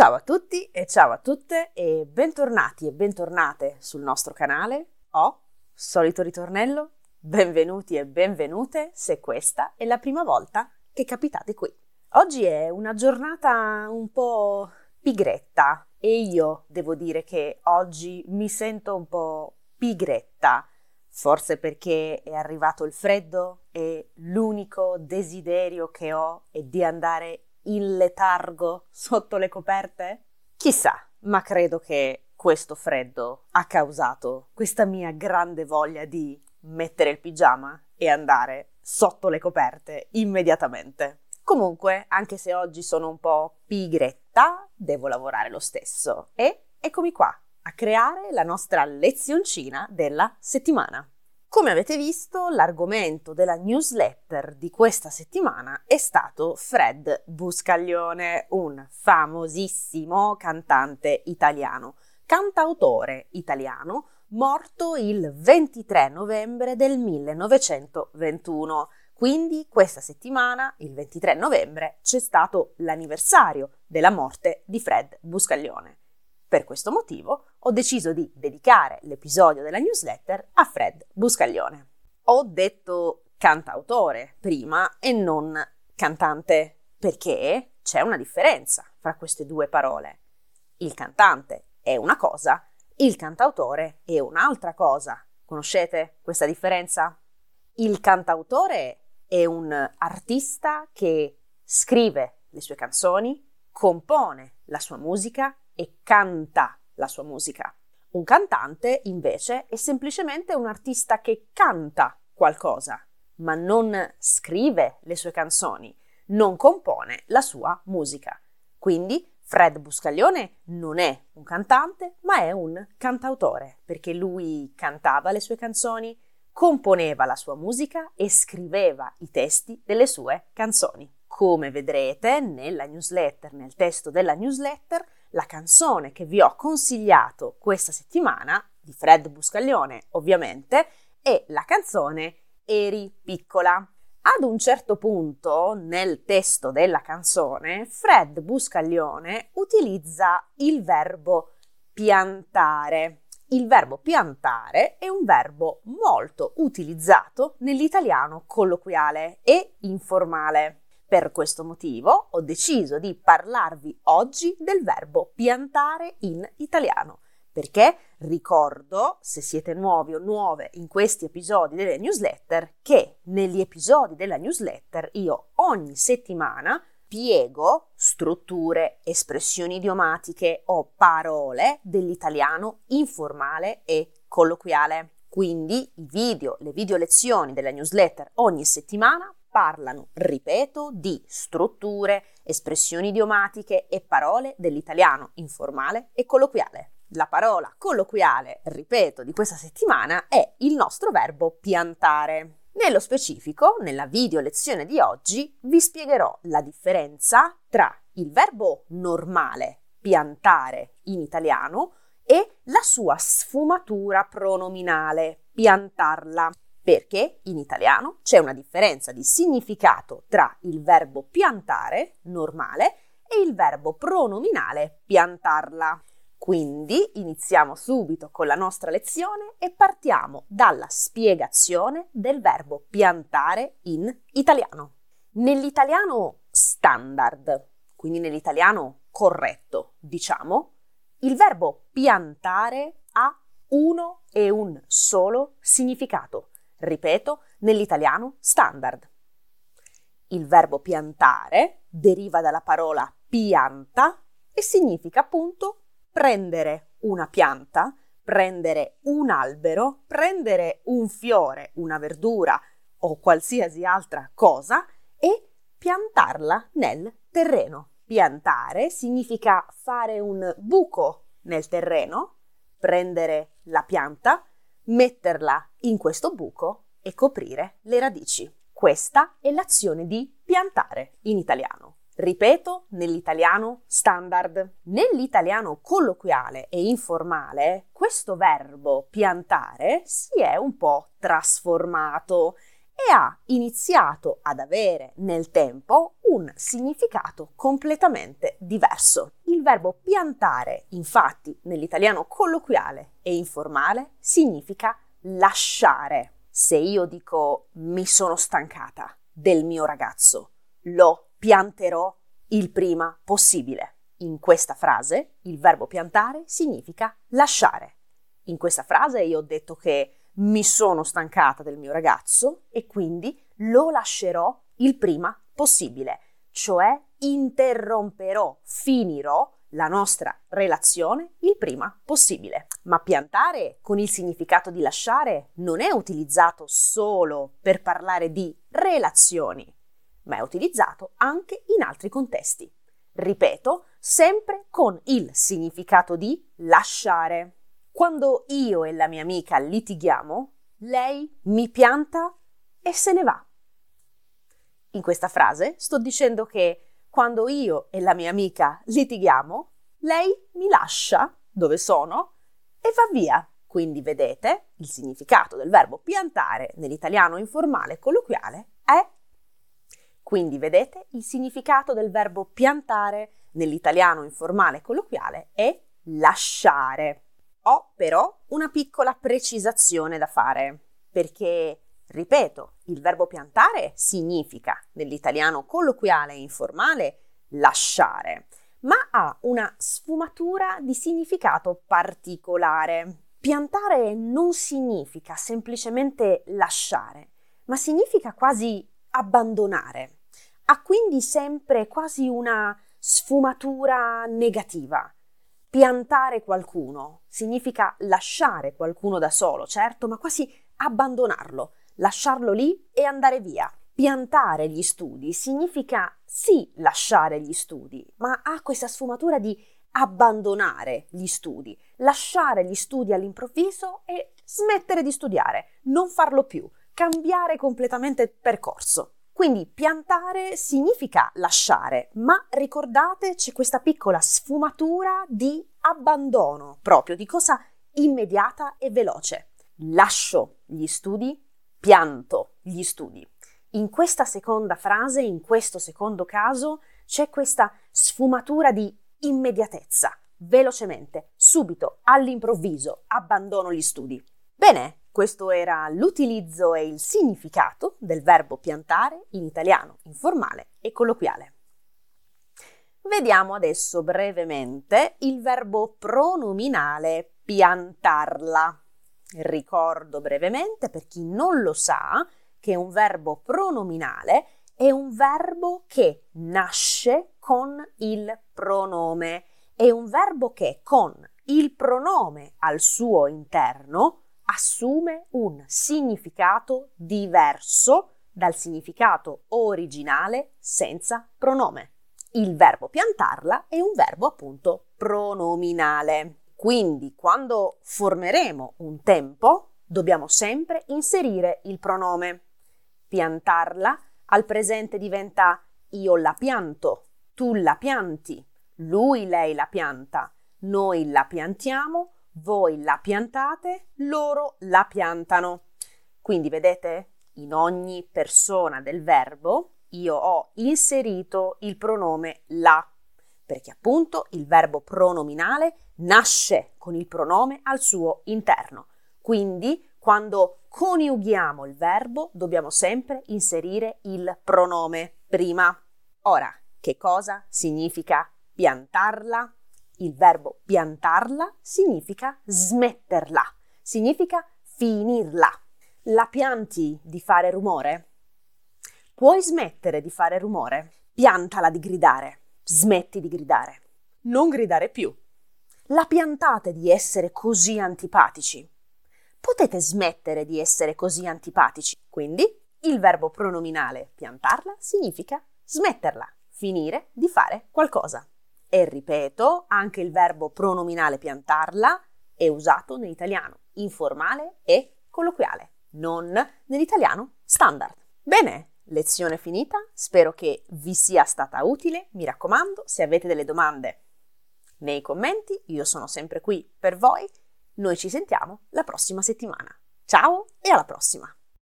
Ciao a tutti e ciao a tutte e bentornati e bentornate sul nostro canale. Solito ritornello, benvenuti e benvenute se questa è la prima volta che capitate qui. Oggi è una giornata un po' pigretta e io devo dire che oggi mi sento un po' pigretta, forse perché è arrivato il freddo e l'unico desiderio che ho è di andare in letargo sotto le coperte? Chissà, ma credo che questo freddo ha causato questa mia grande voglia di mettere il pigiama e andare sotto le coperte immediatamente. Comunque, anche se oggi sono un po' pigretta, devo lavorare lo stesso e eccomi qua a creare la nostra lezioncina della settimana. Come avete visto, l'argomento della newsletter di questa settimana è stato Fred Buscaglione, un famosissimo cantante italiano, cantautore italiano, morto il 23 novembre del 1921. Quindi questa settimana, il 23 novembre, c'è stato l'anniversario della morte di Fred Buscaglione. Per questo motivo ho deciso di dedicare l'episodio della newsletter a Fred Buscaglione. Ho detto cantautore prima e non cantante perché c'è una differenza fra queste due parole. Il cantante è una cosa, il cantautore è un'altra cosa. Conoscete questa differenza? Il cantautore è un artista che scrive le sue canzoni, compone la sua musica e canta la sua musica. Un cantante, invece, è semplicemente un artista che canta qualcosa, ma non scrive le sue canzoni, non compone la sua musica. Quindi Fred Buscaglione non è un cantante, ma è un cantautore, perché lui cantava le sue canzoni, componeva la sua musica e scriveva i testi delle sue canzoni. Come vedrete nella newsletter, nel testo della newsletter, la canzone che vi ho consigliato questa settimana, di Fred Buscaglione ovviamente, è la canzone Eri piccola. Ad un certo punto nel testo della canzone, Fred Buscaglione utilizza il verbo piantare. Il verbo piantare è un verbo molto utilizzato nell'italiano colloquiale e informale. Per questo motivo ho deciso di parlarvi oggi del verbo piantare in italiano, perché ricordo, se siete nuovi o nuove in questi episodi delle newsletter, che negli episodi della newsletter io ogni settimana spiego strutture, espressioni idiomatiche o parole dell'italiano informale e colloquiale. Quindi le video lezioni della newsletter ogni settimana parlano, ripeto, di strutture, espressioni idiomatiche e parole dell'italiano informale e colloquiale. La parola colloquiale, ripeto, di questa settimana è il nostro verbo piantare. Nello specifico, nella video lezione di oggi, vi spiegherò la differenza tra il verbo normale, piantare in italiano, e la sua sfumatura pronominale, piantarla. Perché in italiano c'è una differenza di significato tra il verbo piantare, normale, e il verbo pronominale piantarla. Quindi iniziamo subito con la nostra lezione e partiamo dalla spiegazione del verbo piantare in italiano. Nell'italiano standard, quindi nell'italiano corretto, diciamo, il verbo piantare ha uno e un solo significato. Ripeto, nell'italiano standard. Il verbo piantare deriva dalla parola pianta e significa appunto prendere una pianta, prendere un albero, prendere un fiore, una verdura o qualsiasi altra cosa e piantarla nel terreno. Piantare significa fare un buco nel terreno, prendere la pianta, metterla in questo buco e coprire le radici. Questa è l'azione di piantare in italiano. Ripeto, nell'italiano standard. Nell'italiano colloquiale e informale, questo verbo piantare si è un po' trasformato e ha iniziato ad avere nel tempo un significato completamente diverso. Il verbo piantare, infatti, nell'italiano colloquiale e informale significa lasciare. Se io dico mi sono stancata del mio ragazzo, lo pianterò il prima possibile. In questa frase il verbo piantare significa lasciare. In questa frase io ho detto che mi sono stancata del mio ragazzo e quindi lo lascerò il prima possibile, cioè interromperò, finirò la nostra relazione il prima possibile. Ma piantare con il significato di lasciare non è utilizzato solo per parlare di relazioni, ma è utilizzato anche in altri contesti. Ripeto, sempre con il significato di lasciare. Quando io e la mia amica litighiamo, lei mi pianta e se ne va. In questa frase sto dicendo che quando io e la mia amica litighiamo, lei mi lascia dove sono e va via. Quindi vedete, il significato del verbo piantare nell'italiano informale e colloquiale è. Quindi vedete, il significato del verbo piantare nell'italiano informale e colloquiale è lasciare. Ho però una piccola precisazione da fare, perché, ripeto, il verbo piantare significa, nell'italiano colloquiale e informale, lasciare, ma ha una sfumatura di significato particolare. Piantare non significa semplicemente lasciare, ma significa quasi abbandonare. Ha quindi sempre quasi una sfumatura negativa. Piantare qualcuno significa lasciare qualcuno da solo, certo, ma quasi abbandonarlo, lasciarlo lì e andare via. Piantare gli studi significa sì lasciare gli studi, ma ha questa sfumatura di abbandonare gli studi, lasciare gli studi all'improvviso e smettere di studiare, non farlo più, cambiare completamente percorso. Quindi piantare significa lasciare, ma ricordate c'è questa piccola sfumatura di abbandono, proprio di cosa immediata e veloce. Lascio gli studi, pianto gli studi. In questa seconda frase, in questo secondo caso, c'è questa sfumatura di immediatezza, velocemente, subito, all'improvviso, abbandono gli studi. Bene. Questo era l'utilizzo e il significato del verbo piantare in italiano informale e colloquiale. Vediamo adesso brevemente il verbo pronominale piantarla. Ricordo brevemente, per chi non lo sa, che un verbo pronominale è un verbo che nasce con il pronome. È un verbo che con il pronome al suo interno assume un significato diverso dal significato originale senza pronome. Il verbo piantarla è un verbo appunto pronominale. Quindi quando formeremo un tempo dobbiamo sempre inserire il pronome. Piantarla al presente diventa io la pianto, tu la pianti, lui, lei la pianta, noi la piantiamo, voi la piantate, loro la piantano. Quindi vedete, in ogni persona del verbo io ho inserito il pronome la, perché appunto il verbo pronominale nasce con il pronome al suo interno. Quindi quando coniughiamo il verbo dobbiamo sempre inserire il pronome prima. Ora, che cosa significa piantarla? Il verbo piantarla significa smetterla, significa finirla. La pianti di fare rumore? Puoi smettere di fare rumore? Piantala di gridare, smetti di gridare, non gridare più. La piantate di essere così antipatici? Potete smettere di essere così antipatici. Quindi il verbo pronominale piantarla significa smetterla, finire di fare qualcosa. E ripeto, anche il verbo pronominale piantarla è usato nell'italiano informale e colloquiale, non nell'italiano standard. Bene, lezione finita, spero che vi sia stata utile. Mi raccomando, se avete delle domande nei commenti, io sono sempre qui per voi. Noi ci sentiamo la prossima settimana. Ciao e alla prossima!